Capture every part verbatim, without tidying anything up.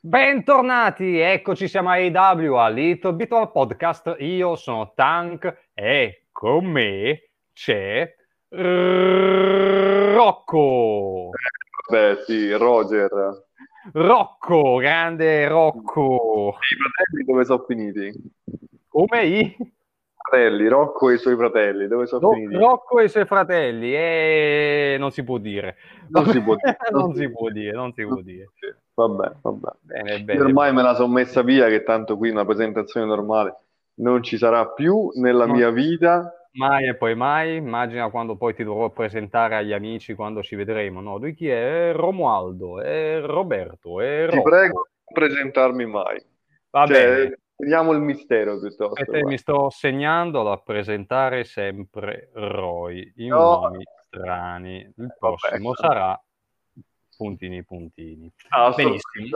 Bentornati, eccoci, siamo a A E W, a Little Bit of Podcast. Io sono Tank e con me c'è Rocco. Beh, sì, Roger. Rocco, grande Rocco. E i fratelli dove sono finiti? Come i? Fratelli, Rocco e i suoi fratelli, dove sono Ro- finiti? Rocco e i suoi fratelli, e non si può dire. Non si può dire, non Non si si può può dire, dire, non si non può si dire. può dire. Vabbè, vabbè. Bene, Io bene, ormai bene. me la sono messa via che tanto qui una presentazione normale non ci sarà più nella Non- mia vita. Mai e poi mai, immagina quando poi ti dovrò presentare agli amici quando ci vedremo. No, lui chi è? È Romualdo, è Roberto, è Ti prego Rocco. di non presentarmi mai. Va Cioè, bene, teniamo il mistero e piuttosto te mi qua. sto segnando da presentare sempre Roy, in No, nomi strani. Il vabbè. prossimo sarà puntini puntini. Ah, Benissimo. sorpresa.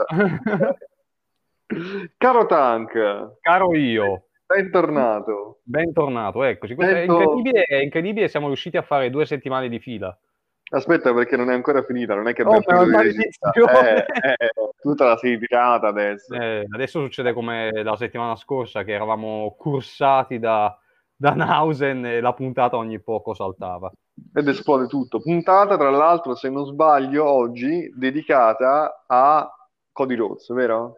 Caro Tank, Caro io, bentornato. bentornato, eccoci. Questo è Sento... incredibile, è incredibile, siamo riusciti a fare due settimane di fila. Aspetta, perché non è ancora finita, non è che Oh, abbiamo ma è finito una di maledizione! registrare. Eh, eh, tu te la sei tirata adesso. Eh, adesso succede come la settimana scorsa, che eravamo cursati da, da Nausen e la puntata ogni poco saltava. Ed esplode tutto. Puntata, tra l'altro, se non sbaglio, oggi dedicata a Cody Rhodes, vero?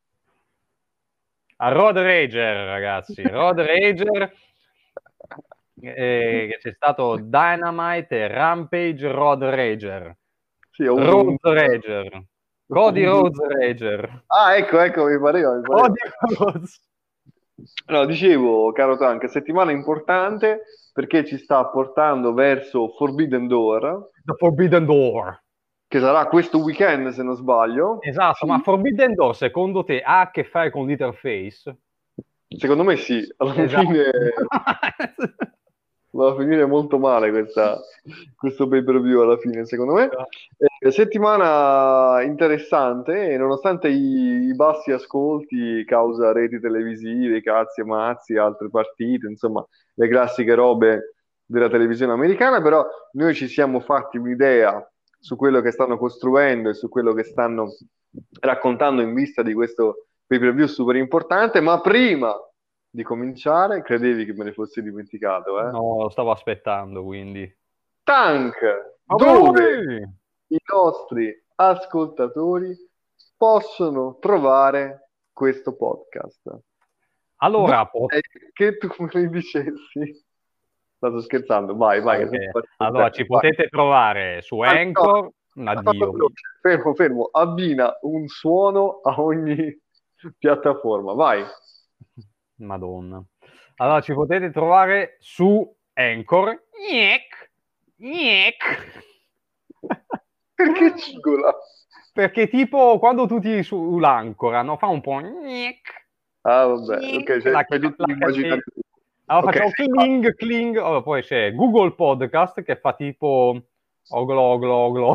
A Road Rager, ragazzi, Road Rager, eh, che c'è stato Dynamite e Rampage Road Rager, Sì, ho avuto un... Rhodes Rager, Cody un- Rhodes Rager, Ah, ecco, ecco, mi pareva, mi pareva. Cody Rhodes. No, dicevo, caro Tank, settimana importante perché ci sta portando verso Forbidden Door, The Forbidden Door. che sarà questo weekend, se non sbaglio. Esatto, ma Sì. Forbidden Door secondo te ha a che fare con Litterface? Secondo me sì, alla Esatto. fine va a finire molto male questa- questo pay-per-view alla fine, secondo me. Eh, settimana interessante, e nonostante i, i bassi ascolti causa reti televisive, cazzi e mazzi, altre partite, insomma, le classiche robe della televisione americana, però noi ci siamo fatti un'idea su quello che stanno costruendo e su quello che stanno raccontando in vista di questo pay-per-view super importante, ma prima di cominciare, credevi che me ne fossi dimenticato, eh? No, lo stavo aspettando, quindi. Tank, dove Auguri! i nostri ascoltatori possono trovare questo podcast? Allora, po- Vorrei che tu me ne dicessi. Sto scherzando, vai, vai, che ok. sono partito Allora, bene, ci vai. potete trovare su Ah, no, Anchor, un fallo addio, veloce. Fermo, fermo, abbina un suono a ogni piattaforma, vai. Madonna. Allora, ci potete trovare su Anchor, Gniec, gniec. Perché cigola? Perché tipo quando tu tiri sull'ancora, no? Fa un po' gniec, Ah, vabbè, gniec, ok, cioè, la, fai tutto la l'immaginario. catena. Allora Ok, facciamo sei fatto. cling, cling. Allora, poi c'è Google Podcast che fa tipo oglo, oglo, oglo.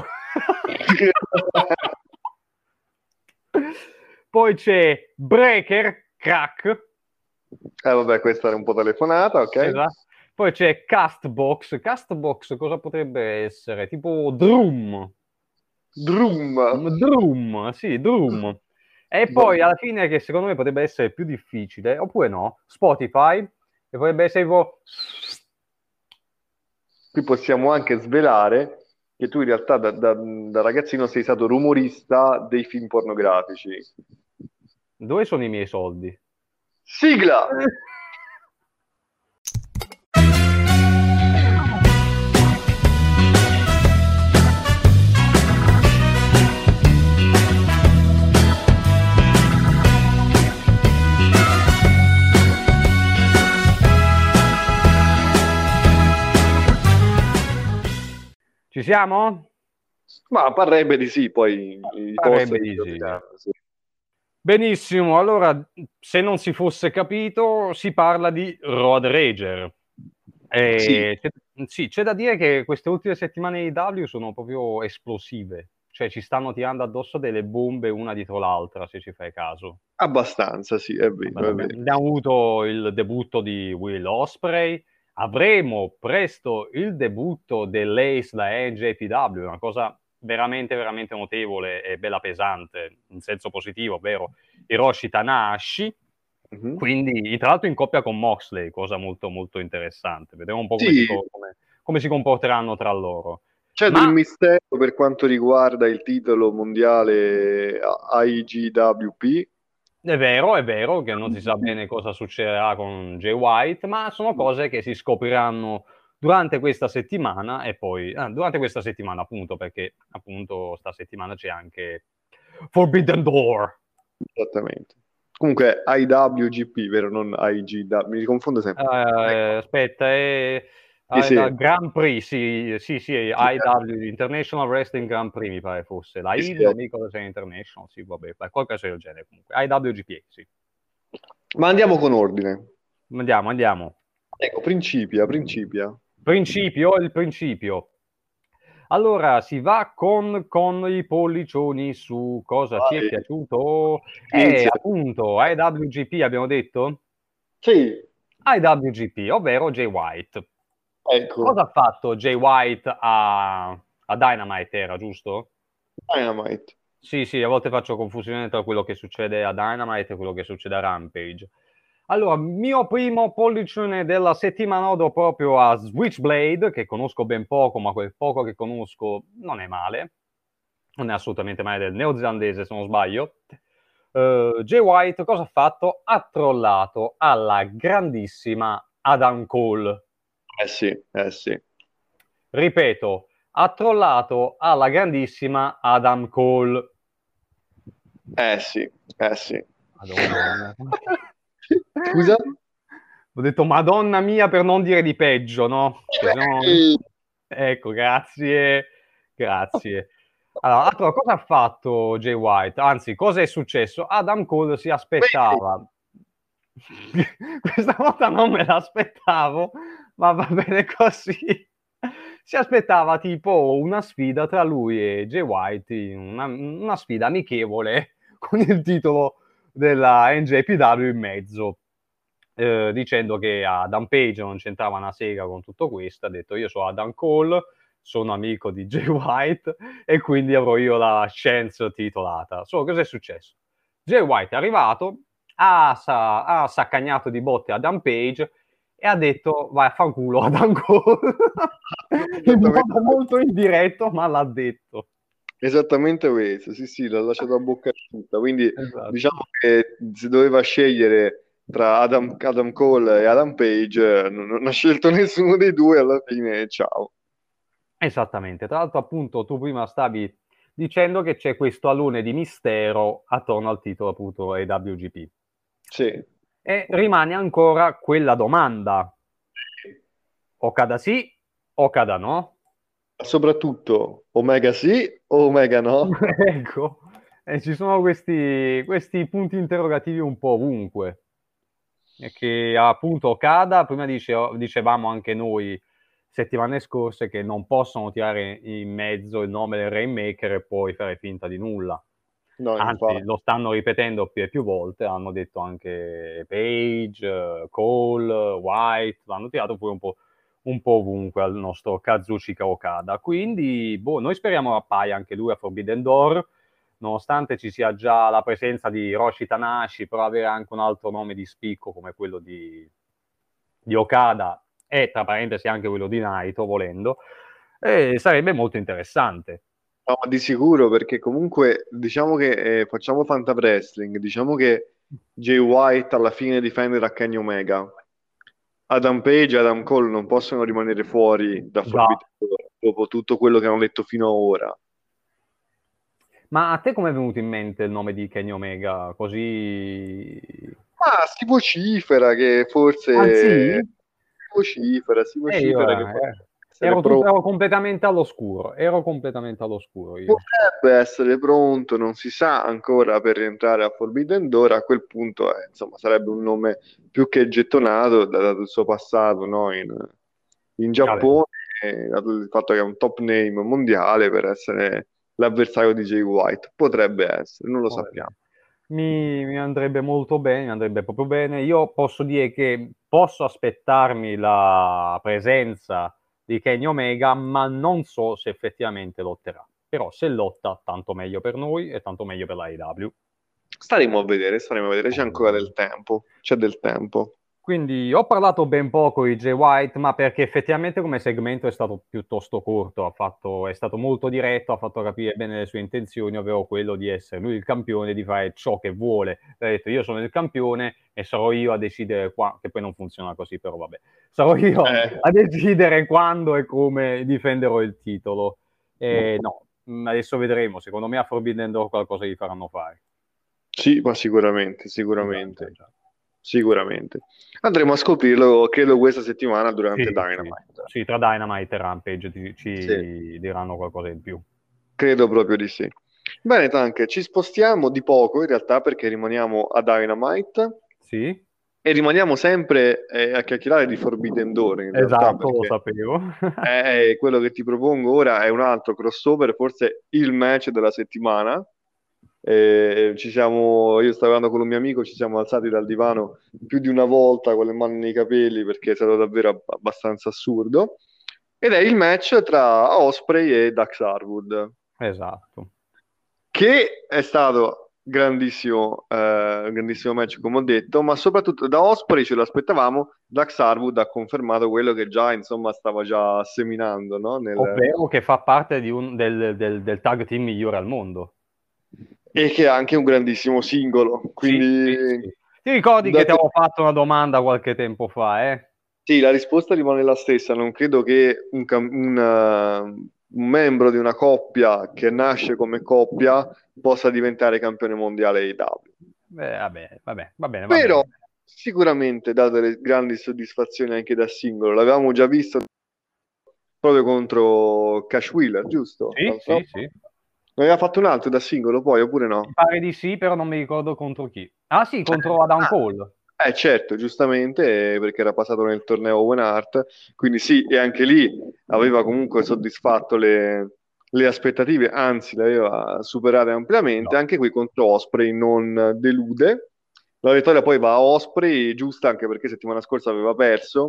Poi c'è Breaker, crack. Eh, vabbè, questa era un po' telefonata, ok? Esatto. Poi c'è Castbox. Castbox cosa potrebbe essere? Tipo Drum. Drum. Drum, sì, Drum. E poi Vabbè. alla fine, che secondo me potrebbe essere più difficile, oppure no, Spotify, che potrebbe essere tipo... Qui possiamo anche svelare che tu in realtà da, da- da ragazzino sei stato rumorista dei film pornografici. Dove sono i miei soldi? Sigla! Ci siamo? Ma parrebbe di sì, poi i Parrebbe post di sì. sì. Benissimo, allora, se non si fosse capito, si parla di Road Rager. Sì, E c'è, sì, c'è da dire che queste ultime settimane di A E W sono proprio esplosive, cioè ci stanno tirando addosso delle bombe una dietro l'altra, se ci fai caso. abbastanza, sì, è vero, Vabbè, è abbiamo vero. abbiamo avuto il debutto di Will Ospreay, avremo presto il debutto dell'Ace da N J P W, una cosa veramente, veramente notevole e bella pesante. in senso positivo, ovvero Hiroshi Tanahashi, Mhm. quindi tra l'altro in coppia con Moxley, cosa molto molto interessante. Vedremo un po' come si, Sì, co- come- come si comporteranno tra loro. c'è del Ma mistero per quanto riguarda il titolo mondiale I G W P. è vero, è vero che non si sa bene cosa succederà con Jay White, ma sono cose che si scopriranno durante questa settimana e poi ah, durante questa settimana appunto perché appunto sta settimana c'è anche Forbidden Door. Esattamente. Comunque I W G P, vero? Non I G W, mi confondo sempre. Eh, Ecco. aspetta, è, Sì, è sì, la Grand Prix, sì, sì, sì, sì, I W, International Wrestling Grand Prix mi pare fosse, la sì, I, sì, non ecco. mi ricordo se è International, sì, vabbè, qualcosa del genere comunque, I W G P, sì. Ma andiamo con ordine. Andiamo, andiamo. Ecco, Principia, Principia. Principio, il principio. Allora, si va con, con i pollicioni su cosa ci è Vai, piaciuto. E inizia. appunto, I W G P abbiamo detto? Sì, I W G P, ovvero Jay White. Cosa ecco, ha fatto Jay White a, a Dynamite, era giusto? Dynamite. Sì, sì, a volte faccio confusione tra quello che succede a Dynamite e quello che succede a Rampage. Allora, mio primo pollicione della settimana do proprio a Switchblade, che conosco ben poco, ma quel poco che conosco non è male. Non è assolutamente male del neozelandese, se non sbaglio. Uh, Jay White cosa ha fatto? Ha trollato alla grandissima Adam Cole. Eh sì, eh sì. Ripeto, ha trollato alla grandissima Adam Cole. Eh sì, eh sì. Madonna mia. Scusa? Ho detto Madonna mia per non dire di peggio, no? Che sennò... Ehi! Ecco, grazie, grazie. Allora, altro, cosa ha fatto Jay White? Anzi, cosa è successo? Adam Cole si Vedi? aspettava. Questa volta non me l'aspettavo, ma va bene così. Si aspettava tipo una sfida tra lui e Jay White, una, una sfida amichevole con il titolo della N J P W in mezzo, eh, dicendo che Adam Page non c'entrava una sega con tutto questo. Ha detto: io sono Adam Cole, sono amico di Jay White e quindi avrò io la chance titolata. Solo cosa è successo? Jay White è arrivato, ha, sa- ha saccagnato di botte Adam Page e ha detto vai a fanculo Adam Cole in Esattamente, modo molto indiretto, ma l'ha detto. esattamente questo, sì, sì, l'ha lasciato a bocca asciutta. Quindi Esatto. diciamo che si doveva scegliere tra Adam, Adam Cole e Adam Page, non, non ha scelto nessuno dei due alla fine, ciao. Esattamente. Tra l'altro, appunto, tu prima stavi dicendo che c'è questo alone di mistero attorno al titolo, appunto, A W G P. Sì. E rimane ancora quella domanda. Okada sì, Okada no? Soprattutto Omega sì o Omega no? Ecco, e ci sono questi, questi punti interrogativi un po' ovunque. E che appunto Okada, prima dice- dicevamo anche noi settimane scorse che non possono tirare in mezzo il nome del Rainmaker e poi fare finta di nulla. No, Anzi, infatti. lo stanno ripetendo più e più volte, hanno detto anche Page, eh, Cole, White, l'hanno tirato poi un po', un po' ovunque al nostro Kazuchika Okada. Quindi, boh, noi speriamo appaia anche lui a Forbidden Door, nonostante ci sia già la presenza di Hiroshi Tanahashi, però avere anche un altro nome di spicco come quello di, di Okada e, tra parentesi, anche quello di Naito, volendo, eh, sarebbe molto interessante. No, ma di sicuro, perché comunque diciamo che eh, facciamo Fanta Wrestling, diciamo che Jay White alla fine difenderà Kenny Omega. Adam Page e Adam Cole non possono rimanere fuori da Già. Forbidden Door dopo tutto quello che hanno detto fino ad ora. Ma a te come è venuto in mente il nome di Kenny Omega? Così... Ma si vocifera che Ah, forse sì? si vocifera, si E io vocifera che eh, potrebbe eh, essere ero, tutto, pronto. ero completamente all'oscuro, ero completamente all'oscuro io. Potrebbe essere pronto, non si sa ancora per rientrare a Forbidden Door. A quel punto, eh, insomma, sarebbe un nome più che gettonato, dato il suo passato, no, in, in Vabbè, Giappone, e dato il fatto che è un top name mondiale per essere l'avversario di Jay White. Potrebbe essere, non lo vabbè. sappiamo. Mi, mi andrebbe molto bene, mi andrebbe proprio bene. Io posso dire che posso aspettarmi la presenza di Kenny Omega, ma non so se effettivamente lotterà. Però se lotta, tanto meglio per noi e tanto meglio per la A E W. Staremo a vedere, staremo a vedere, c'è ancora del tempo, c'è del tempo. Quindi ho parlato ben poco di Jay White, ma perché effettivamente come segmento è stato piuttosto corto, ha fatto, è stato molto diretto, ha fatto capire bene le sue intenzioni, ovvero quello di essere lui il campione, di fare ciò che vuole. Ha detto io sono il campione e sarò io a decidere qua, che poi non funziona così, però vabbè, sarò io Eh, a decidere quando e come difenderò il titolo. E no, adesso vedremo, secondo me a Forbidden Door qualcosa gli faranno fare. sì, ma sicuramente, Già, già, sicuramente, già. sicuramente. Andremo a scoprirlo, credo, questa settimana durante Sì, sì, Dynamite. sì, tra Dynamite e Rampage ci, Sì, ci diranno qualcosa in più. credo proprio di sì. Bene, Tank, ci spostiamo di poco in realtà perché rimaniamo a Dynamite Sì, e rimaniamo sempre eh, a chiacchierare di Forbidden Door in realtà esatto, lo perché sapevo. eh, quello che ti propongo ora è un altro crossover, forse il match della settimana. Eh, ci siamo, io stavo parlando con un mio amico, ci siamo alzati dal divano più di una volta con le mani nei capelli perché è stato davvero ab- abbastanza assurdo. Ed è il match tra Osprey e Dax Harwood, Esatto. che è stato grandissimo, eh, grandissimo match, come ho detto, ma soprattutto da Osprey ce lo aspettavamo. Dax Harwood ha confermato quello che già, insomma, stava già seminando, no? Nel- Ovvero che fa parte di un- del, del- del tag team migliore al mondo. E che è anche un grandissimo singolo. Sì, sì, Quindi, sì. Ti ricordi che da ti te- avevo fatto una domanda qualche tempo fa, eh? sì, la risposta rimane la stessa. Non credo che un, cam- un, eh, un membro di una coppia che nasce come coppia possa diventare campione mondiale A E W. Beh, vabbè, vabbè, va bene, va Però bene. sicuramente dà delle grandi soddisfazioni anche da singolo. L'avevamo già visto proprio contro Cash Wheeler, giusto? Sì, L'altra sì, volta. sì. Ne aveva fatto un altro da singolo poi, oppure Mi no? pare di sì, però non mi ricordo contro chi. Ah sì, contro Adam Cole. Eh certo, giustamente, eh, perché era passato nel torneo Owen Hart, quindi sì, e anche lì aveva comunque soddisfatto le, le aspettative, anzi le aveva superate ampiamente, No. anche qui contro Osprey non delude, la vittoria poi va a Osprey, giusta anche perché settimana scorsa aveva perso,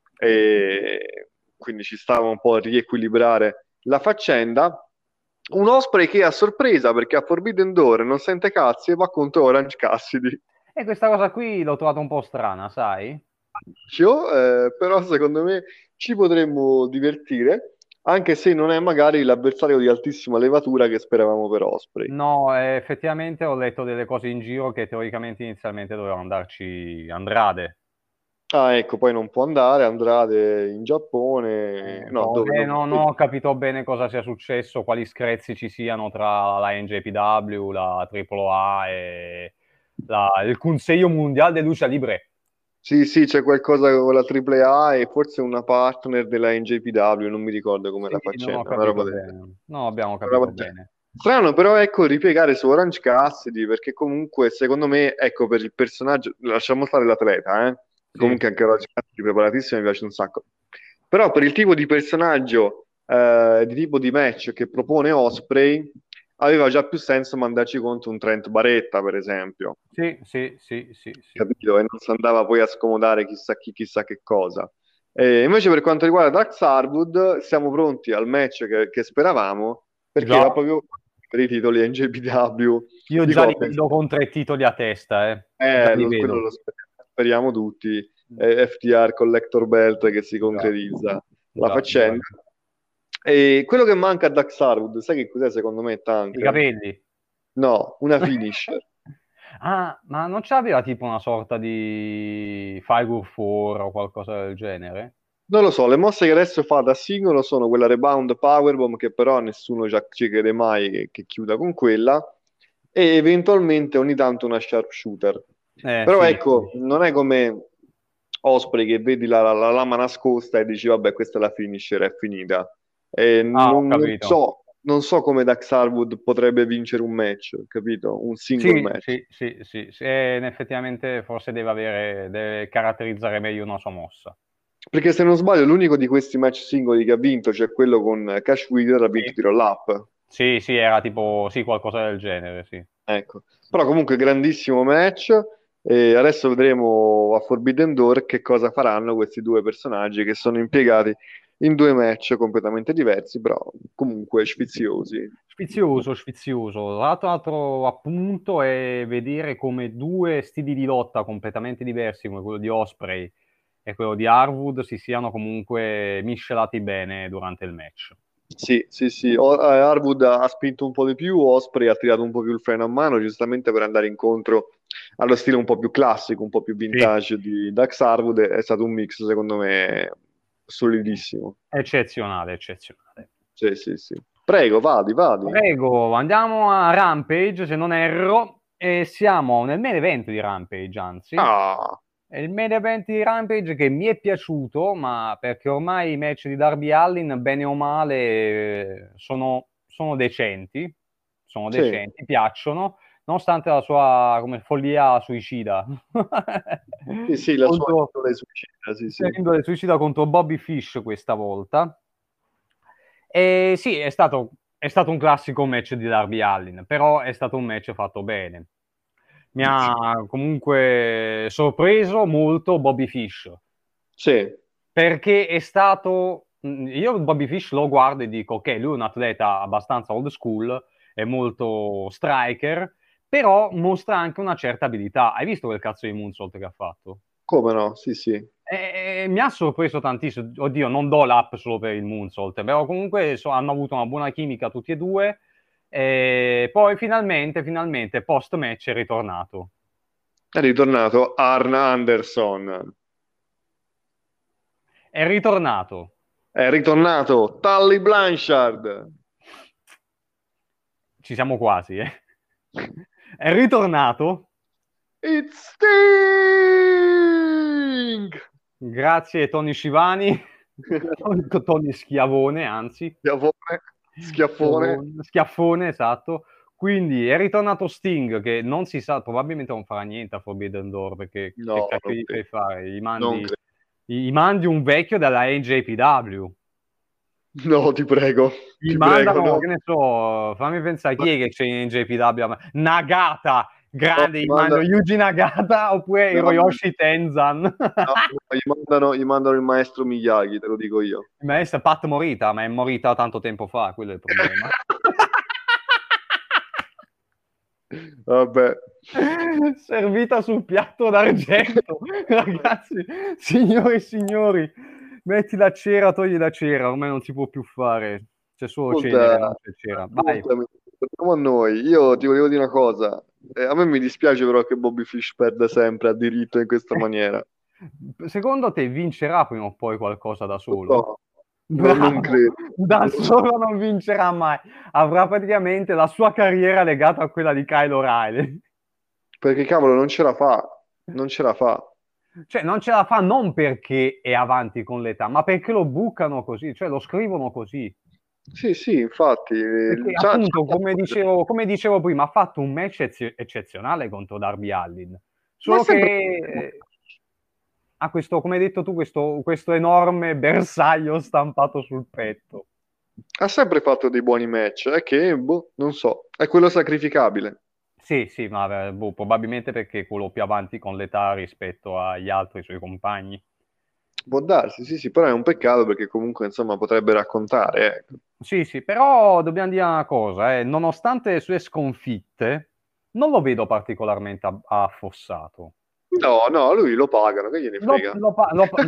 e quindi ci stava un po' a riequilibrare la faccenda. Un Osprey che a sorpresa, perché a Forbidden Door non sente cazzi e va contro Orange Cassidy. E questa cosa qui l'ho trovata un po' strana, sai? Io, eh, però secondo me ci potremmo divertire, anche se non è magari l'avversario di altissima levatura che speravamo per Osprey. No, eh, effettivamente ho letto delle cose in giro che teoricamente inizialmente doveva andarci Andrade. Ah, ecco, poi non può andare, Andrade in Giappone, Eh, no, poi, dove eh, non... no, non ho capito bene cosa sia successo, quali screzi ci siano tra la N J P W, la Triple A e la- il Consiglio Mondiale de Lucha Libre. Sì, sì, c'è qualcosa con la Triple A e forse una partner della N J P W, non mi ricordo come Sì, la non ho faccenda, una roba capito del genere. bene. Non abbiamo Una roba capito del genere. bene. Strano, però ecco, ripiegare su Orange Cassidy, perché comunque, secondo me, ecco, per il personaggio, lasciamo stare l'atleta, eh? Sì, Comunque anche Orange Cassidy preparatissimo, mi piace un sacco. Però per il tipo di personaggio, eh, di tipo di match che propone Osprey, aveva già più senso mandarci contro un Trent Baretta, per esempio, sì, sì, sì, sì, sì. capito? E non si andava poi a scomodare chissà chi, chissà che cosa. E invece per quanto riguarda Dax Harwood, siamo pronti al match che, che speravamo, perché Già, va proprio per i titoli N J P W io di già li coppia. vedo con tre titoli a testa, eh. Già Eh, li lo- quello vedo. lo speriamo, speriamo tutti. Eh, F T R Collector Belt che si Già, concretizza la già, già. faccenda. E quello che manca a Dax Harwood, sai che cos'è secondo me, I Tank? capelli. No, una finisher. Ah, ma non c'aveva tipo una sorta di Figur quattro o qualcosa del genere? Non lo so, le mosse che adesso fa da singolo sono quella Rebound Powerbomb, che però nessuno già ci crede mai che, che chiuda con quella, e eventualmente ogni tanto una sharpshooter. Eh, Però sì, sì. ecco, non è come Osprey che vedi la, la- la lama nascosta e dici vabbè, questa è la finisher, è finita. E Ah, ho non, non capito. so, non so come Dax Harwood potrebbe vincere un match, capito? Un single Sì, match. sì, sì, sì, sì. E effettivamente forse deve avere, deve caratterizzare meglio una sua mossa. Perché se non sbaglio, l'unico di questi match singoli che ha vinto, cioè quello con Cash Wheeler, ha vinto Sì, di roll up. sì, sì, era tipo, sì, qualcosa del genere, sì. Ecco, però comunque grandissimo match e adesso vedremo a Forbidden Door che cosa faranno questi due personaggi che sono impiegati in due match completamente diversi, però comunque sfiziosi. Sfizioso, sfizioso. L'altro, altro appunto è vedere come due stili di lotta completamente diversi, come quello di Osprey e quello di Harwood, si siano comunque miscelati bene durante il match. Sì, sì, sì. O- eh, Harwood ha spinto un po' di più, Osprey ha tirato un po' più il freno a mano, giustamente per andare incontro allo stile un po' più classico, un po' più Sì, vintage di Dax Harwood. È stato un mix, secondo me, solidissimo. eccezionale, eccezionale. Sì, sì, sì. Prego, vadi, vadi. Prego, andiamo a Rampage, se non erro, e siamo nel main event di Rampage, anzi. Ah, È il main event di Rampage che mi è piaciuto, ma perché ormai i match di Darby Allin, bene o male, eh, sono, sono decenti, sono sì, decenti, piacciono, nonostante la sua come, follia suicida. sì, sì, la sua Contro, indole suicida, sì, sì. indole suicida contro Bobby Fish questa volta. E sì, è stato, è stato un classico match di Darby Allin, però è stato un match fatto bene. Mi ha comunque sorpreso molto Bobby Fish, Sì, perché è stato... Io Bobby Fish lo guardo e dico, ok, lui è un atleta abbastanza old school, è molto striker, però mostra anche una certa abilità. Hai visto quel cazzo di moonsault che ha fatto? come no, sì, sì. E, mi ha sorpreso tantissimo. Oddio, non do l'app solo per il moonsault, però comunque so- hanno avuto una buona chimica tutti e due. E poi finalmente, finalmente, post-match è ritornato. È ritornato Arn Anderson. È ritornato. È ritornato Tully Blanchard. Ci siamo quasi, eh. È ritornato. It's Sting! Grazie Tony Scivani, Tony Schiavone, anzi. Schiaffone, schiaffone. Schiavone, Schiaffone, esatto. Quindi è ritornato Sting, che non si sa, probabilmente non farà niente a Forbidden Door, perché che No, cacchio non gli fai credo. fare? Gli Non mandi, credo. gli mandi un vecchio della N J P W. No, ti prego, Gli ti prego, mandano, no. che ne so, fammi pensare, chi è che c'è in J P W? Nagata, No, grande, gli gli mando mandano, Yuji Nagata oppure no, no, Hiroyoshi Tenzan. no, gli mandano, gli mandano il maestro Miyagi, te lo dico io. Ma è Pat Morita, ma è morita tanto tempo fa, quello è il problema. Vabbè. Servita sul piatto d'argento. Ragazzi, signori e signori, metti la cera, togli la cera, ormai non si può più fare. C'è solo cenere, non Ascolta, c'è cera. Vai. ascoltami, torniamo a noi. Io ti volevo dire una cosa. Eh, a me mi dispiace però che Bobby Fish perda sempre a diritto in questa maniera. Secondo te vincerà prima o poi qualcosa da solo? No, no, non Bravo, credo. da Non lo so. solo non vincerà mai. Avrà praticamente la sua carriera legata a quella di Kyle O'Reilly. Perché cavolo, non ce la fa. Non ce la fa. Cioè, non ce la fa non perché è avanti con l'età, ma perché lo bucano così, cioè lo scrivono così. Sì, sì, infatti. Perché eh, c'ha- appunto, c'ha- come dicevo, come dicevo prima, ha fatto un match ecce- eccezionale contro Darby Allin. Ma Solo che sempre... eh, ha questo, come hai detto tu, questo, questo enorme bersaglio stampato sul petto. ha sempre fatto dei buoni match. È che, boh, non so, è quello sacrificabile. Sì, sì, ma eh, boh, probabilmente perché è quello più avanti con l'età rispetto agli altri suoi compagni. Può darsi, sì, sì, però è un peccato perché comunque, insomma, potrebbe raccontare, ecco. Sì, sì, però dobbiamo dire una cosa, eh, nonostante le sue sconfitte, non lo vedo particolarmente a- affossato. No, no, lui lo pagano, che gliene Lo, frega. lo pa- lo pa-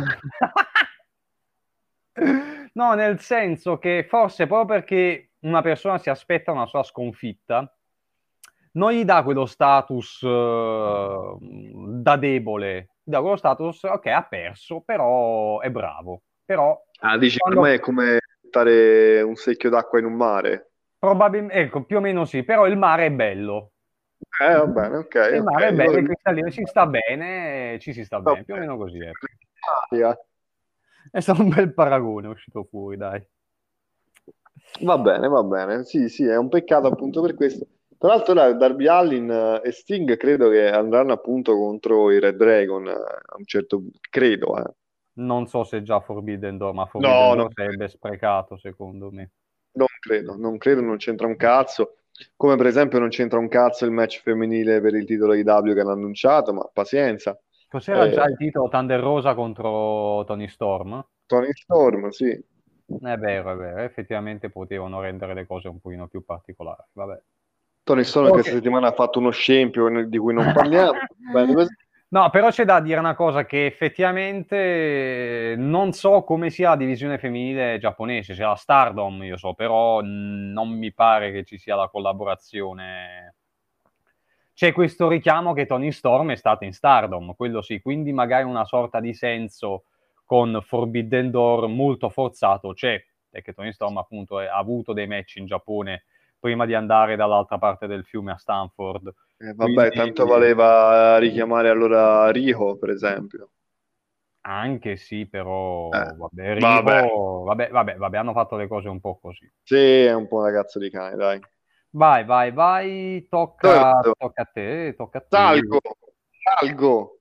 No, nel senso che forse proprio perché una persona si aspetta una sua sconfitta, non gli dà quello status eh, da debole, gli dà quello status, ok, ha perso, però è bravo. Però Ah, dici, per quando me è come buttare un secchio d'acqua in un mare. probabilmente, ecco, più o meno sì, però il mare è bello. Eh, va bene, ok, Il ok. mare è bello, Io- il cristallino ci sta bene, ci si sta va bene, più o bene. meno così, ecco. Aria. È stato un bel paragone, è uscito fuori, dai. Va bene, va bene. Sì, sì, è un peccato appunto per questo. Tra l'altro, dai, Darby Allin eh, e Sting credo che andranno appunto contro i Red Dragon eh, a un certo punto. Credo, eh. Non so se già Forbidden Door, ma Forbidden No, non Door sarebbe sprecato, secondo me. Non credo, non credo, non c'entra un cazzo. Come per esempio non c'entra un cazzo il match femminile per il titolo I W che hanno annunciato, ma pazienza. Cos'era già Eh, il titolo Thunder Rosa contro Tony Storm? Tony Storm, sì. È vero, è vero, effettivamente potevano rendere le cose un pochino più particolari. Vabbè. Tony Storm Ok. questa settimana ha fatto uno scempio di cui non parliamo. Bene così. No, però c'è da dire una cosa che effettivamente non so come sia la divisione femminile giapponese, sia la Stardom, io so, però mh, non mi pare che ci sia la collaborazione. C'è questo richiamo che Tony Storm è stato in Stardom, quello sì, quindi magari una sorta di senso con Forbidden Door molto forzato c'è, perché Tony Storm appunto è- ha avuto dei match in Giappone prima di andare dall'altra parte del fiume a Stanford, Eh, vabbè, quindi tanto valeva richiamare allora Riho, per esempio. anche sì, Eh, però vabbè, vabbè, Riho, vabbè, vabbè, vabbè, hanno fatto le cose un po' così. sì, è un po' una cazzo di cane, dai. Vai, vai, vai, Dove tocca, vado? tocca a te, tocca a te. Salgo, salgo,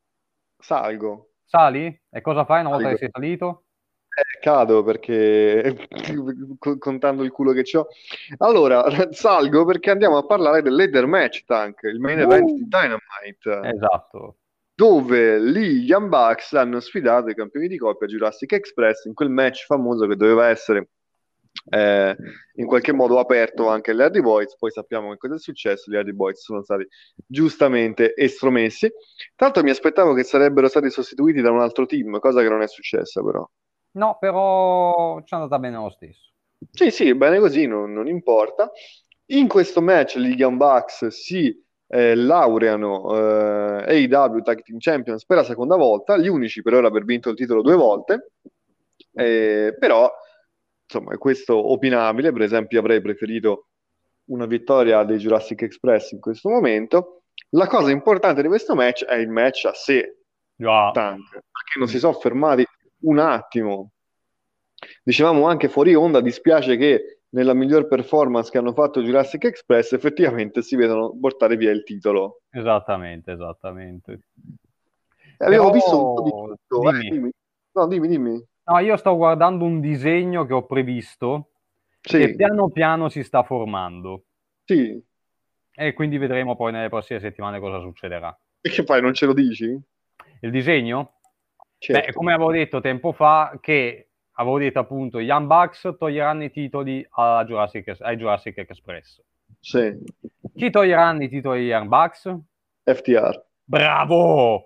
salgo, Sali? E cosa fai una volta che salgo. sei salito? Eh, cado perché co- contando il culo che c'ho. Allora, salgo perché andiamo a parlare del ladder match, Tank, il main event Uh, di Dynamite, esatto. dove lì gli Young Bucks hanno sfidato i campioni di coppia Jurassic Express in quel match famoso che doveva essere eh, in qualche modo aperto anche agli Hardy Boys. Poi sappiamo che cosa è successo, gli Hardy Boys sono stati giustamente estromessi. Tanto mi aspettavo che sarebbero stati sostituiti da un altro team, cosa che non è successa però. No, però ci è andata bene lo stesso. Sì, sì, bene così, non, non importa. In questo match gli Young Bucks si eh, laureano eh, A E W Tag Team Champions per la seconda volta, gli unici per ora aver vinto il titolo due volte. Eh, però insomma è questo opinabile. Per esempio avrei preferito una vittoria dei Jurassic Express in questo momento. La cosa importante di questo match è il match a sé, Già. Tank, perché non si sono fermati un attimo. Dicevamo anche fuori onda, dispiace che nella miglior performance che hanno fatto Jurassic Express effettivamente si vedono portare via il titolo. Esattamente, esattamente. E abbiamo visto un po' di Però, tutto, eh, dimmi. dimmi. No, dimmi, dimmi. No, io sto guardando un disegno che ho previsto che Sì, piano piano si sta formando sì. e quindi vedremo poi nelle prossime settimane cosa succederà. E che fai, non ce lo dici? Il disegno? Beh, Certo. come avevo detto tempo fa, che avevo detto appunto, gli Young Bucks toglieranno i titoli alla Jurassic, ai Jurassic Express. Sì. Chi toglieranno i titoli agli Young Bucks? F T R. Bravo!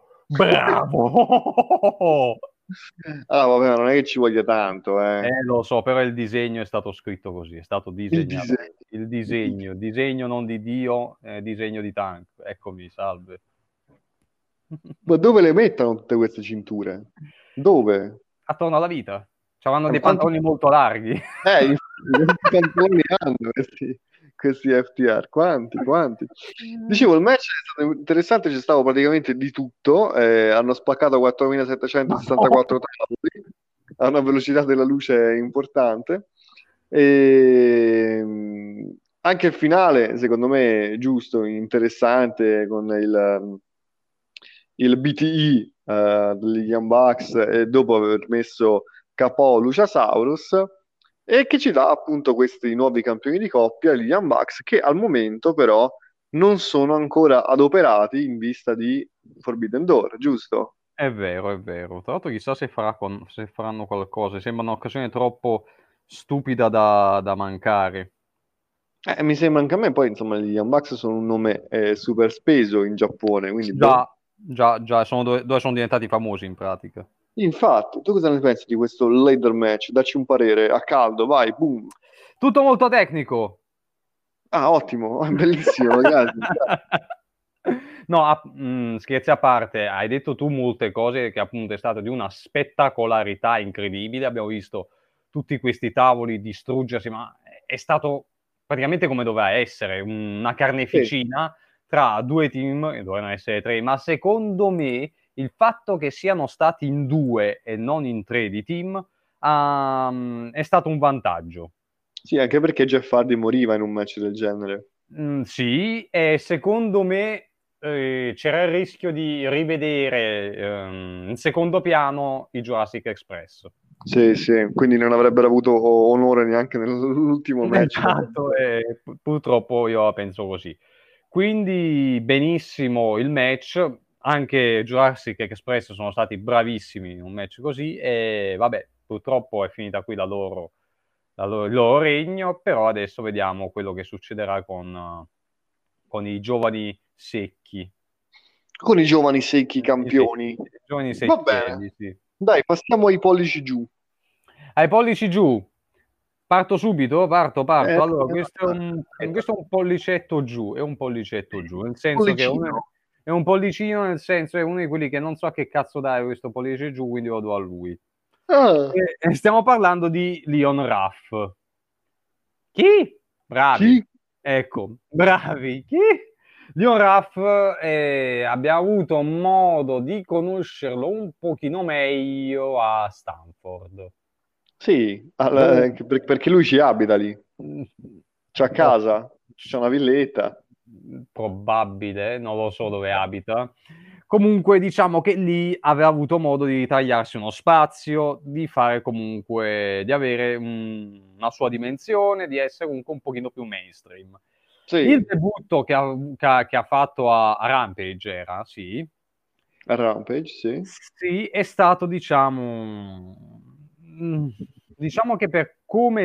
Bravo! Ah, vabbè, ma non è che ci voglia tanto, eh. Eh, lo so, però il disegno è stato scritto così, è stato Il disegnato disegno. così. Il Il disegno. disegno, disegno non di Dio, eh, disegno di Tank. Eccomi, salve. Ma dove le mettono tutte queste cinture? Dove? Attorno alla vita. C'avranno Ma dei quanti... pantaloni molto larghi. Eh, infatti, quanti pantaloni hanno questi, questi F T R? Quanti, quanti? Dicevo, il match è stato interessante, c'è stato praticamente di tutto. Eh, hanno spaccato quattromilasettecentosessantaquattro tavoli a una velocità della luce importante. E, mh, anche il finale, secondo me, è giusto, interessante, con il, il B T E eh, degli Young Bucks e dopo aver messo K O Luciasaurus e che ci dà appunto questi nuovi campioni di coppia, gli Young Bucks, che al momento però non sono ancora adoperati in vista di Forbidden Door, giusto? È vero, è vero. Tra l'altro chissà se, farà con- se faranno qualcosa. Sembra un'occasione troppo stupida da, da mancare. Eh, mi sembra anche a me, poi insomma gli Young Bucks sono un nome eh, super speso in Giappone, quindi boh. Già, già, già, sono dove, dove sono diventati famosi in pratica. Infatti, tu cosa ne pensi di questo ladder match? Dacci un parere a caldo, vai, boom. Tutto molto tecnico. Ah, ottimo, bellissimo, grazie. No, a- mh, scherzi a parte, hai detto tu molte cose che appunto è stato di una spettacolarità incredibile. Abbiamo visto tutti questi tavoli distruggersi, ma è stato praticamente come doveva essere, una Sì, carneficina tra due team, che dovevano essere tre, ma secondo me il fatto che siano stati in due e non in tre di team, um, è stato un vantaggio. sì, anche perché Jeff Hardy moriva in un match del genere. Mm, sì, e secondo me eh, c'era il rischio di rivedere ehm, in secondo piano i Jurassic Express. Sì, sì, quindi non avrebbero avuto onore neanche nell'ultimo match. Esatto, e pu- purtroppo io la penso così. Quindi benissimo il match, anche Jurassic Express sono stati bravissimi in un match così e vabbè, purtroppo è finita qui la loro, la loro- il loro regno, però adesso vediamo quello che succederà con, eh, con i giovani secchi. Con i giovani secchi I secchi- campioni. i giovani Va bene. secchielli, sì. Dai, passiamo ai pollici giù. Ai pollici giù. Parto subito? Parto, Eh, parto. Allora, questo è un, aspetta. questo è un pollicietto giù, è un pollicetto giù, nel senso che è un, Pollicino. è un pollicino, nel senso è uno di quelli che non so a che cazzo dare questo pollice giù, quindi lo do a lui. Ah, E- e stiamo parlando di Leon Ruff. Chi? Bravi. chi? Ecco, bravi. Chi? Leon Ruff, eh, abbiamo avuto modo di conoscerlo un pochino meglio a Stanford. Sì, al- Dove- eh, per- perché lui ci abita lì. C'ha Oh, casa, c'è una villetta. probabile, non lo so dove abita. Comunque, diciamo che lì aveva avuto modo di ritagliarsi uno spazio, di fare comunque, di avere un- una sua dimensione, di essere comunque un pochino più mainstream. Il Sì, debutto che ha, che ha- che ha fatto a, a Rampage era, sì, a Rampage, sì. sì, è stato, diciamo, mm, diciamo che per come è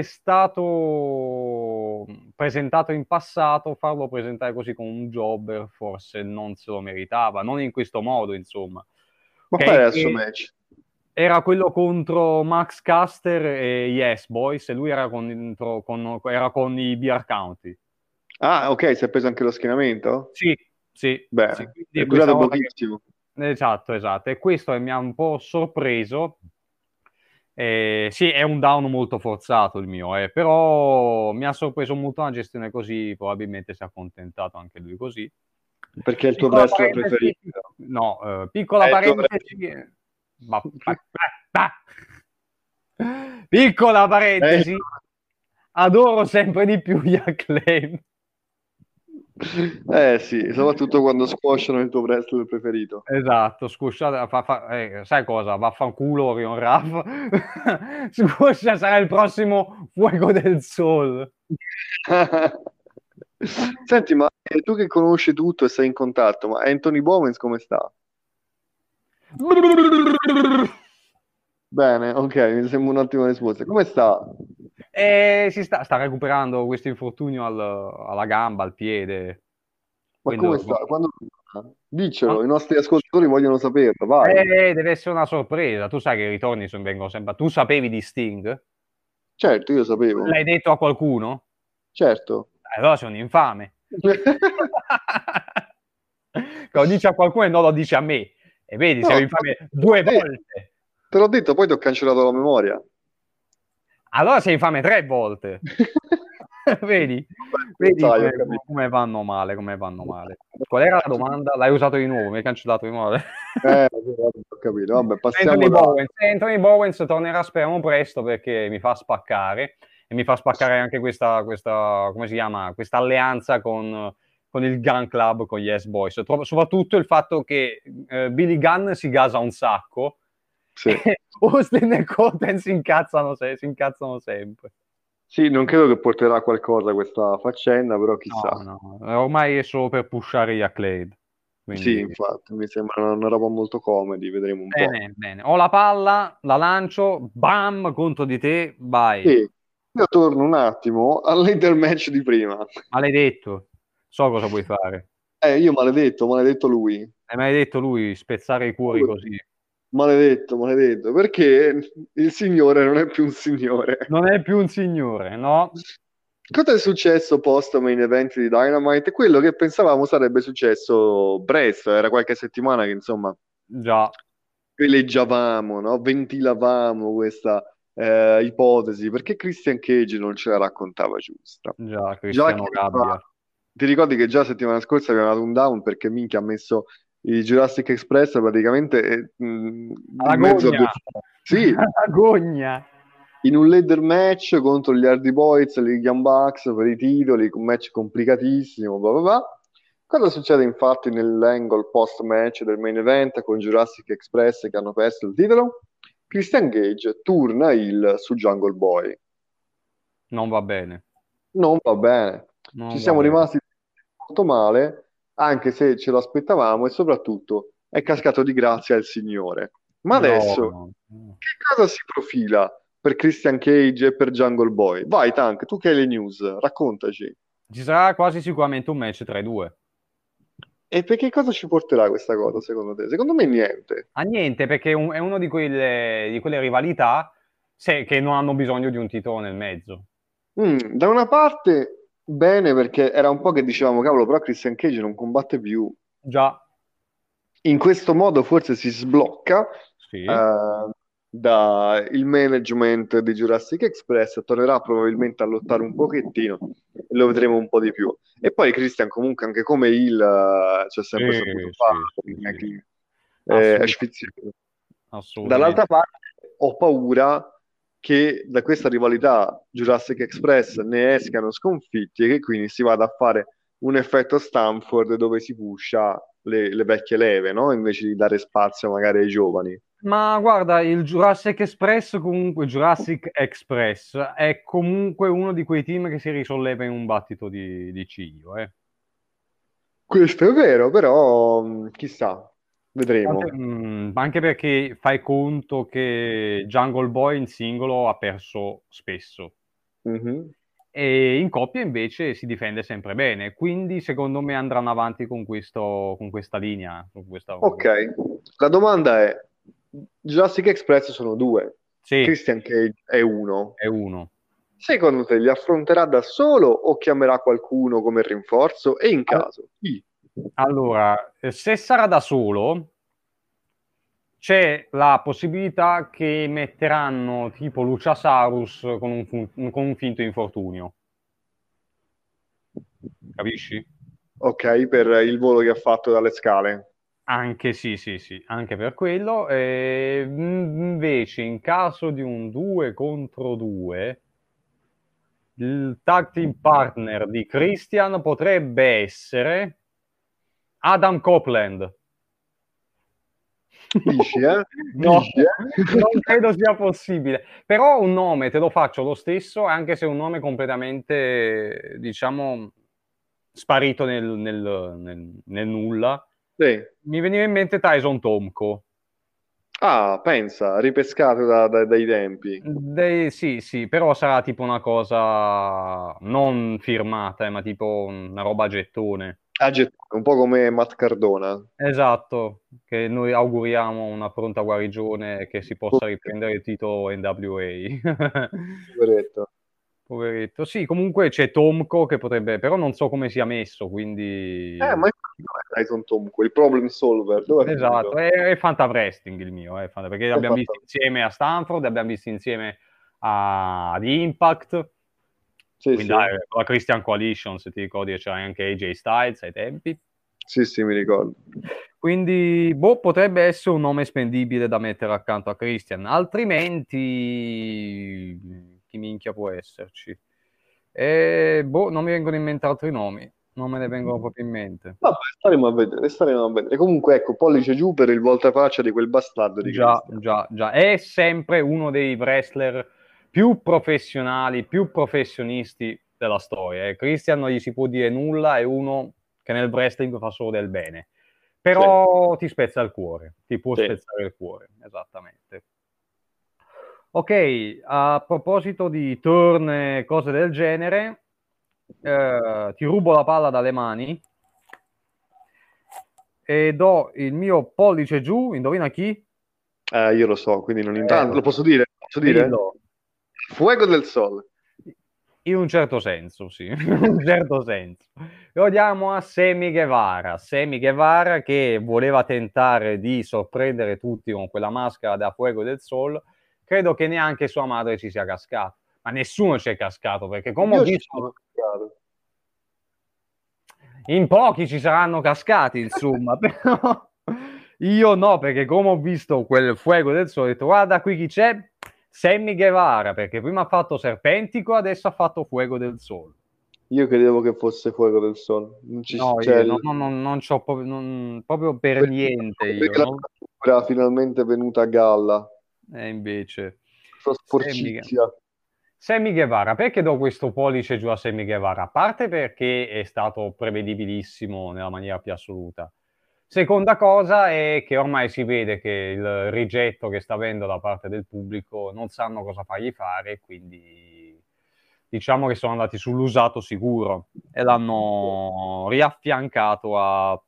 stato presentato in passato, farlo presentare così come un jobber forse non se lo meritava, non in questo modo, insomma. Ma qual Ok, era il suo che match? era quello contro Max Caster e Yes Boys, e lui era contro- con, era con i Beer County. Ah, ok, si è preso anche lo schienamento? Sì, sì, sì, Bene, quindi è è questa durato cosa che... pochissimo. Esatto, esatto, e questo mi ha un po' sorpreso. Eh, sì, è un down molto forzato il mio, eh, però mi ha sorpreso molto una gestione così, probabilmente si è accontentato anche lui così. Perché è il tuo Piccola wrestler parentesi, preferito? no, eh, È piccola il tuo parentesi, wrestler... eh, ba- ba- ba- ba- piccola È il parentesi, adoro sempre di più gli Acclaim. Eh sì, soprattutto quando squasciano il tuo wrestler preferito. Esatto, scusate, fa- fa- eh, sai cosa? Vaffanculo Orion Raff. Squascia sarà il prossimo Fuego del Sol. Senti, ma eh, tu che conosci tutto e sei in contatto, ma Anthony Bowens come sta? Bene, ok, mi sembra un'ottima risposta. Come sta? E si sta, sta recuperando questo infortunio al- alla gamba, al piede. Ma Quindi, come sta? Quando... Diccelo, i nostri ascoltatori vogliono saperlo, vai. eh, deve essere una sorpresa. Tu sai che i ritorni sono- vengono sempre. Tu sapevi di Sting? Certo, io sapevo. L'hai detto a qualcuno? Certo. Allora sei un infame. Che lo dici a qualcuno e non lo dici a me. E vedi, No, sei un te infame l'ho due detto, volte. te l'ho detto, poi ti ho cancellato la memoria. Allora sei infame tre volte. Vedi? Vedi Sai, ho come, capito. come vanno male, come vanno male. Qual era la domanda? L'hai usato di nuovo, mi hai cancellato di nuovo. Eh, ho capito. Vabbè, passiamo Anthony da... Bowens. Anthony Bowens tornerà speriamo presto perché mi fa spaccare e mi fa spaccare anche questa, questa come si chiama, questa alleanza con, con il Gun Club, con gli S Boys. Tro- soprattutto il fatto che eh, Billy Gunn si gasa un sacco Sì. e Austin e Cotten si incazzano, se- si incazzano sempre. Sì, non credo che porterà a qualcosa questa faccenda, però chissà. No, no, ormai è solo per pushare gli Acclaim. Sì, Quindi, infatti, mi sembra una, una roba molto comedy, vedremo un po'. bene, bene. Ho la palla, la lancio, bam, contro di te, vai. E io torno un attimo all'intermatch di prima. Maledetto. So cosa vuoi fare. Eh, io maledetto, maledetto lui. Hai mai detto lui, spezzare i cuori così. Maledetto, maledetto, perché il signore non è più un signore. Non è più un signore, no? Cosa è successo post main event di Dynamite? Quello che pensavamo sarebbe successo presto, era qualche settimana che insomma Già, veleggiavamo, no? Ventilavamo questa eh, ipotesi, perché Christian Cage non ce la raccontava giusta. già, Già Cristiano che Gabbia. ti ricordi che già settimana scorsa abbiamo dato un down perché minchia ha messo il Jurassic Express praticamente eh, mh, in Alla mezzo a due... gogna. Sì, Alla gogna. in un ladder match contro gli Hardy Boys, gli Young Bucks per i titoli, un match complicatissimo, bla bla bla. Cosa succede infatti nell'angle post-match del main event con Jurassic Express che hanno perso il titolo? Christian Cage turna il su Jungle Boy. Non va bene. Non va bene. Ci Non va siamo bene. rimasti molto male, anche se ce lo aspettavamo e soprattutto è cascato di grazia il signore. Ma adesso, No, no. che cosa si profila per Christian Cage e per Jungle Boy? Vai, Tank, tu che hai le news, raccontaci. Ci sarà quasi sicuramente un match tra i due. E per che cosa ci porterà questa cosa, secondo te? Secondo me niente. A niente, perché è un- è uno di quelle, di quelle rivalità se- che non hanno bisogno di un titolo nel mezzo. Mm, da una parte, bene, perché era un po' che dicevamo, cavolo, però Christian Cage non combatte più. Già, In questo modo forse si sblocca sì, eh, da il management di Jurassic Express, tornerà probabilmente a lottare un pochettino e lo vedremo un po' di più. E poi Christian comunque anche come il ci ha sì, sempre saputo sì, fare, sì, non è sì. che eh, è Assoluta- sfizioso. assolutamente. Dall'altra parte ho paura che da questa rivalità Jurassic Express ne escano sconfitti e che quindi si vada a fare un effetto Stanford dove si pusha le, le vecchie leve, no? Invece di dare spazio magari ai giovani. Ma guarda, il Jurassic Express, comunque, Jurassic Express è comunque uno di quei team che si risolleva in un battito di, di ciglio, eh. Questo è vero, però mh, chissà, Anche, vedremo. mm, anche perché fai conto che Jungle Boy in singolo ha perso spesso Mhm. e in coppia invece si difende sempre bene, quindi secondo me andranno avanti con questo, con questa linea. Con questa... Ok, la domanda è, Jurassic Express sono due, Sì, Christian Cage è uno. è uno. Secondo te li affronterà da solo o chiamerà qualcuno come rinforzo? E in Al- caso, chi? Allora, eh, se sarà da solo, c'è la possibilità che metteranno tipo Luciasaurus con un, fu- con un finto infortunio, capisci? Ok, per il volo che ha fatto dalle scale. Anche sì, sì, sì, anche per quello. E, mh, invece, in caso di un due contro due, il tag team partner di Christian potrebbe essere Adam Copeland. Dici, eh? No, Dici, eh? non credo sia possibile. Però un nome te lo faccio lo stesso, anche se è un nome completamente, diciamo, sparito nel, nel- nel- nel nulla. Sì. Mi veniva in mente Tyson Tomko. Ah, pensa, ripescato da- da- dai tempi. Dei- sì, sì, però sarà tipo una cosa non firmata, eh, ma tipo una roba a gettone. Ah, gettone, un po' come Matt Cardona. Esatto, che noi auguriamo una pronta guarigione e che si possa riprendere il titolo N W A. Poveretto. Poveretto. Sì, comunque c'è Tomko che potrebbe, però non so come sia messo, quindi... Eh, ma infatti dov'è Tyson Tom, quel problem solver? Dove è Esatto, finito? è, è Fanta Wrestling il mio, è Fanta- perché È l'abbiamo visto fatto. insieme a Stanford, l'abbiamo visto insieme a- ad Impact, Sì, quindi sì. dai, con la Christian Coalition, se ti ricordi, c'era anche A J Styles ai tempi. Sì, sì, mi ricordo. Quindi, boh, potrebbe essere un nome spendibile da mettere accanto a Christian, altrimenti, chi minchia può esserci? E, boh, non mi vengono in mente altri nomi, non me ne vengono proprio in mente. Vabbè, staremo a vedere, staremo a vedere. Comunque, ecco, pollice giù per il voltafaccia di quel bastardo di Già, Christian. già, già. È sempre uno dei wrestler più professionali, più professionisti della storia. Eh. Christian non gli si può dire nulla, è uno che nel wrestling fa solo del bene. Sì, Però ti spezza il cuore, ti può sì. spezzare il cuore, esattamente. Ok, a proposito di turn e cose del genere, eh, ti rubo la palla dalle mani e do il mio pollice giù, indovina chi? Eh, io lo so, quindi non Eh, intanto. lo Lo so. posso dire? Posso dire? Dillo. Fuego del Sol. In un certo senso, sì, in un certo senso. Lo diamo a Sammy Guevara. Sammy Guevara che voleva tentare di sorprendere tutti con quella maschera da Fuego del Sol. Credo che neanche sua madre ci sia cascato. Ma nessuno ci è cascato perché, come ho Io ci visto, sono cascato. in pochi ci saranno cascati, insomma, però io no, perché come ho visto quel Fuego del Sol, ho detto guarda qui chi c'è, Sammy Guevara, perché prima ha fatto Serpentico, adesso ha fatto Fuego del Sol. Io credevo che fosse Fuego del Sol. Non ci No, c'è io no, il... no, no, non c'ho proprio, non- proprio per niente io, Perché la no? natura finalmente venuta a galla. E invece, Questa Sammy, sporcizia. Sammy Guevara, perché do questo pollice giù a Sammy Guevara? A parte perché è stato prevedibilissimo nella maniera più assoluta, Seconda cosa è che ormai si vede che il rigetto che sta avendo da parte del pubblico non sanno cosa fargli fare, quindi diciamo che sono andati sull'usato sicuro e l'hanno riaffiancato a,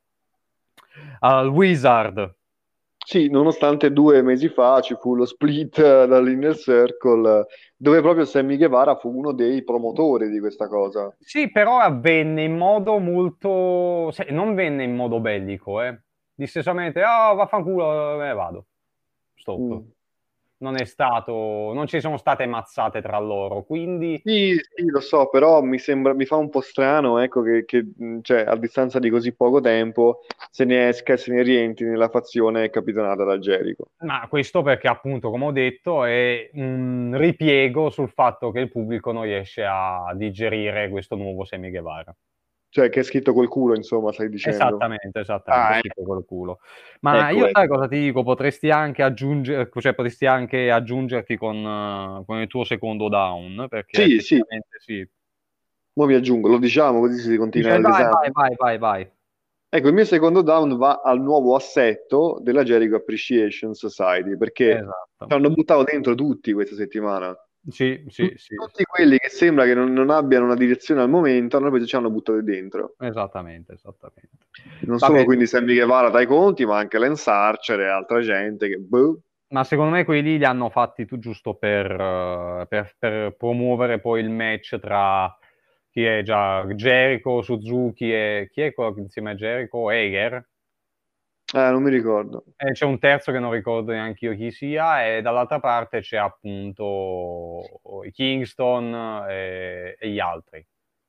al Wizard. Sì, nonostante due mesi fa ci fu lo split eh, dall'Inner Circle, eh, dove proprio Sammy Guevara fu uno dei promotori di questa cosa. Sì, però avvenne in modo molto... se- non venne in modo bellico, eh. Disse solamente, oh, vaffanculo, me ne vado. Stop. Mm. Non è stato... non ci sono state mazzate tra loro, quindi... Sì, sì, lo so, però mi sembra, mi fa un po' strano, ecco, che, che, mh, cioè, a distanza di così poco tempo se ne esca e se ne rientri nella fazione capitanata da Jericho. Ma questo perché appunto, come ho detto, è un ripiego sul fatto che il pubblico non riesce a digerire questo nuovo Sammy Guevara. Cioè, che è scritto col culo, insomma, stai dicendo. Esattamente, esattamente, Ah, scritto col culo. Ma ecco, io sai ecco. cosa ti dico? Potresti anche aggiungere, cioè potresti anche aggiungerti con, eh, con il tuo secondo down, perché Sì, sì, effettivamente sì. ora mi aggiungo, lo diciamo così si continua Dice, vai, vai, l'esame. vai, vai, vai. Ecco, il mio secondo down va al nuovo assetto della Jericho Appreciation Society, perché ci Esatto. hanno buttato dentro tutti questa settimana. Sì, sì, Tut- sì, Tutti quelli che sembra che non, non abbiano una direzione al momento, hanno preso e ci hanno buttato dentro. esattamente, esattamente. Non solo Vabbè, quindi Sammy Guevara dai conti, ma anche Lance Archer e altra gente che, boh. ma secondo me quelli li hanno fatti tu giusto per, eh, per- per promuovere poi il match tra chi è già Jericho, Suzuki e chi è quello che insieme a Jericho? Hager. Eh, non mi ricordo. E c'è un terzo che non ricordo neanche io chi sia, e dall'altra parte c'è appunto i Kingston e, e gli altri.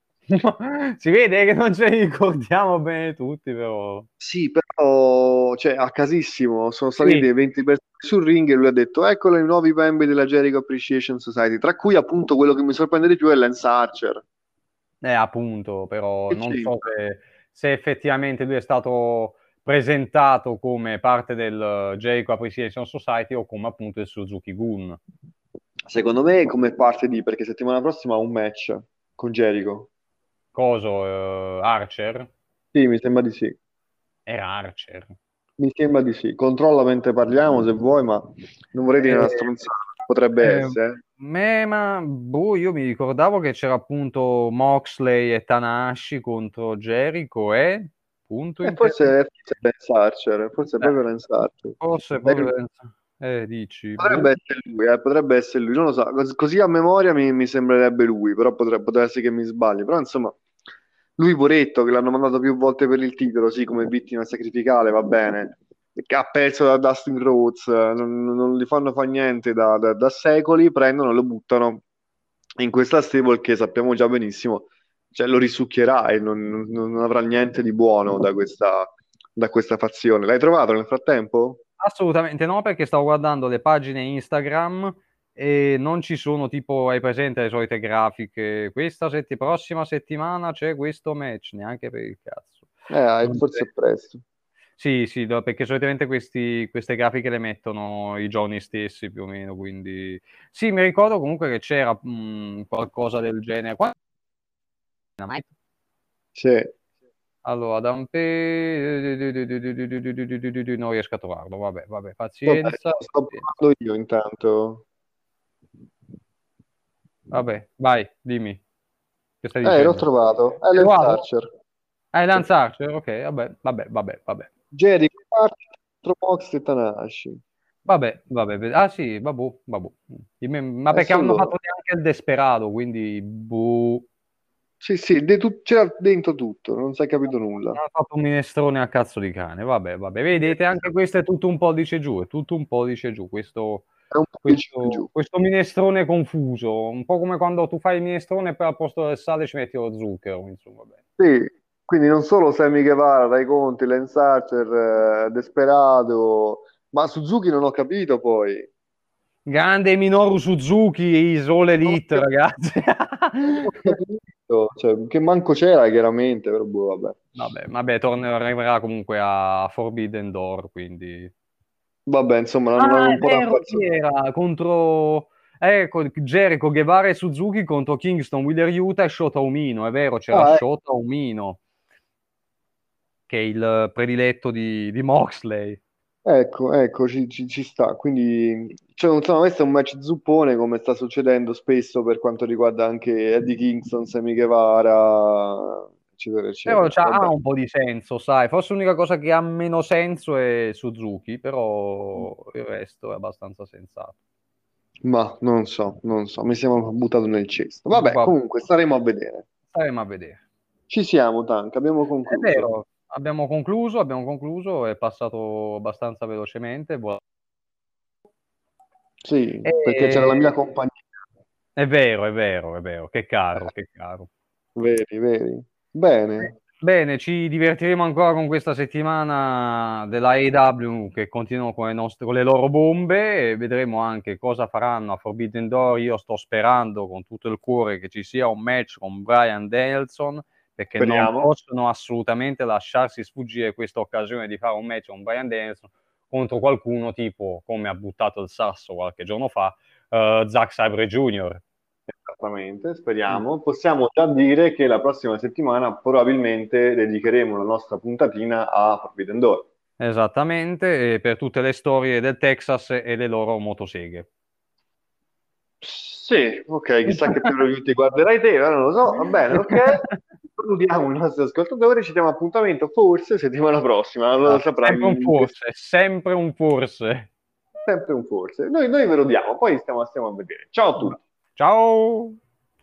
Si vede che non ce li ricordiamo bene tutti, però. Sì, però, cioè, a casissimo, sono Sì, saliti venti persone sul ring e lui ha detto, eccolo i nuovi membri della Jericho Appreciation Society, tra cui appunto quello che mi sorprende di più è Lance Archer. eh, appunto, però Che non so c'entra? se, se effettivamente lui è stato presentato come parte del Jericho Appreciation Society o come appunto il Suzuki Gun. Secondo me come parte di, perché settimana prossima ha un match con Jericho. Coso, eh, Archer? Sì, mi sembra di sì. Era Archer. Mi sembra di sì. Controlla mentre parliamo se vuoi, ma non vorrei dire Eh, una stronzata. Potrebbe eh, essere. me- ma boh, io mi ricordavo che c'era appunto Moxley e Tanahashi contro Jericho e punto Eh, forse, interrogativo. forse è Lance Archer, forse è Eh, proprio Lance Archer. forse Eh, proprio eh, dici, boh. Potrebbe essere lui, eh, potrebbe essere lui, non lo so, cos- così a memoria mi, mi sembrerebbe lui, però potrebbe, potrebbe essere che mi sbagli, però insomma, lui poretto che l'hanno mandato più volte per il titolo, sì, come vittima sacrificale, va bene, che ha perso da Dustin Rhodes, eh, non, non gli fanno fa niente da, da- da secoli, prendono e lo buttano in questa stable che sappiamo già benissimo, cioè lo risucchierà e non, non- non avrà niente di buono da questa, da questa fazione. L'hai trovato nel frattempo? Assolutamente no, perché stavo guardando le pagine Instagram e non ci sono tipo, hai presente le solite grafiche, questa setti- prossima settimana c'è questo match, neanche per il cazzo. Eh, Non forse c'è. è presto. Sì, sì, no, perché solitamente questi- queste grafiche le mettono i giorni stessi più o meno, quindi sì, mi ricordo comunque che c'era mh, qualcosa del genere. Qua- Sì. Allora, da un pe... non riesco a trovarlo, vabbè, vabbè, Vabbè, pazienza, sto pazienza. provando io intanto. Vabbè, vai, dimmi, che stai Eh, l'ho dicendo? trovato. È Hai Lance trovato? Archer. Hai Sì. Lance Archer? Ok, vabbè, vabbè, vabbè, vabbè. Jericho contro Mox e Tanahashi. Vabbè, vabbè, ve- ah sì, vabbè, vabbè. Ma E perché sono hanno loro. fatto neanche il Desperado, quindi boh. Sì, sì, de- tu- c'era dentro tutto, non si è capito nulla. Ha fatto un minestrone a cazzo di cane. Vabbè, vabbè. Vedete, anche questo è tutto un pollice giù, è tutto un pollice giù. Questo, È un po' più in questo, giù. questo minestrone confuso. Un po' come quando tu fai il minestrone e poi al posto del sale ci metti lo zucchero. Insomma, vabbè. Sì, quindi non solo Sammy Guevara, dai conti, Lance Archer, eh, Desperado, ma Suzuki non ho capito poi. Grande Minoru Suzuki, Isole Non ho Elite, capito, ragazzi. non ho capito. Cioè, che manco c'era chiaramente, però boh, vabbè. Vabbè, vabbè, tornerà arriverà comunque a Forbidden Door, quindi. Vabbè, insomma, l'hanno Ah, l'hanno è un po' vero, chi raffazzonato. era? Contro... Ecco, Jericho, Guevara e Suzuki contro Kingston, Wheeler Yuta e Shota Umino. È vero, c'era Ah, Shota Umino. che è il prediletto di, di Moxley. Ecco, ecco, ci, ci- ci sta. Quindi, cioè, insomma, questo è un match zuppone, come sta succedendo spesso per quanto riguarda anche Eddie Kingston, Sammy Guevara, eccetera, Però eccetera. c'ha- Vabbè. ha un po' di senso, sai. Forse l'unica cosa che ha meno senso è Suzuki, però il resto è abbastanza sensato. Ma non so, non so, mi sembra buttato nel cesto. Vabbè, Vabbè, comunque staremo a vedere. staremo a vedere. Ci siamo, Tank, abbiamo È concluso. vero, abbiamo concluso, abbiamo concluso, è passato abbastanza velocemente. buona- Sì, perché c'era la mia E- compagnia. È vero, è vero, è vero, che caro, che caro. Veri, veri. Bene. Bene, ci divertiremo ancora con questa settimana della A E W che continuano con le, nostre, con le loro bombe e vedremo anche cosa faranno a Forbidden Door. Io sto sperando con tutto il cuore che ci sia un match con Bryan Danielson, perché non Speriamo. possono assolutamente lasciarsi sfuggire questa occasione di fare un match con Bryan Danielson contro qualcuno tipo, come ha buttato il sasso qualche giorno fa, uh, Zack Sabre Junior Esattamente, speriamo. Possiamo già dire che la prossima settimana probabilmente dedicheremo la nostra puntatina a Forbidden Door. Esattamente, e per tutte le storie del Texas e le loro motoseghe. Sì, ok, chissà che più ti guarderai te, ma non lo so, va bene, ok. Salutiamo i nostri ascoltatori, ci diamo appuntamento forse settimana prossima, non lo Ah, saprai, sempre un in che- forse, sempre un forse. sempre un forse. Noi, noi ve lo diamo, poi stiamo, stiamo a vedere. Ciao a tutti. Ciao!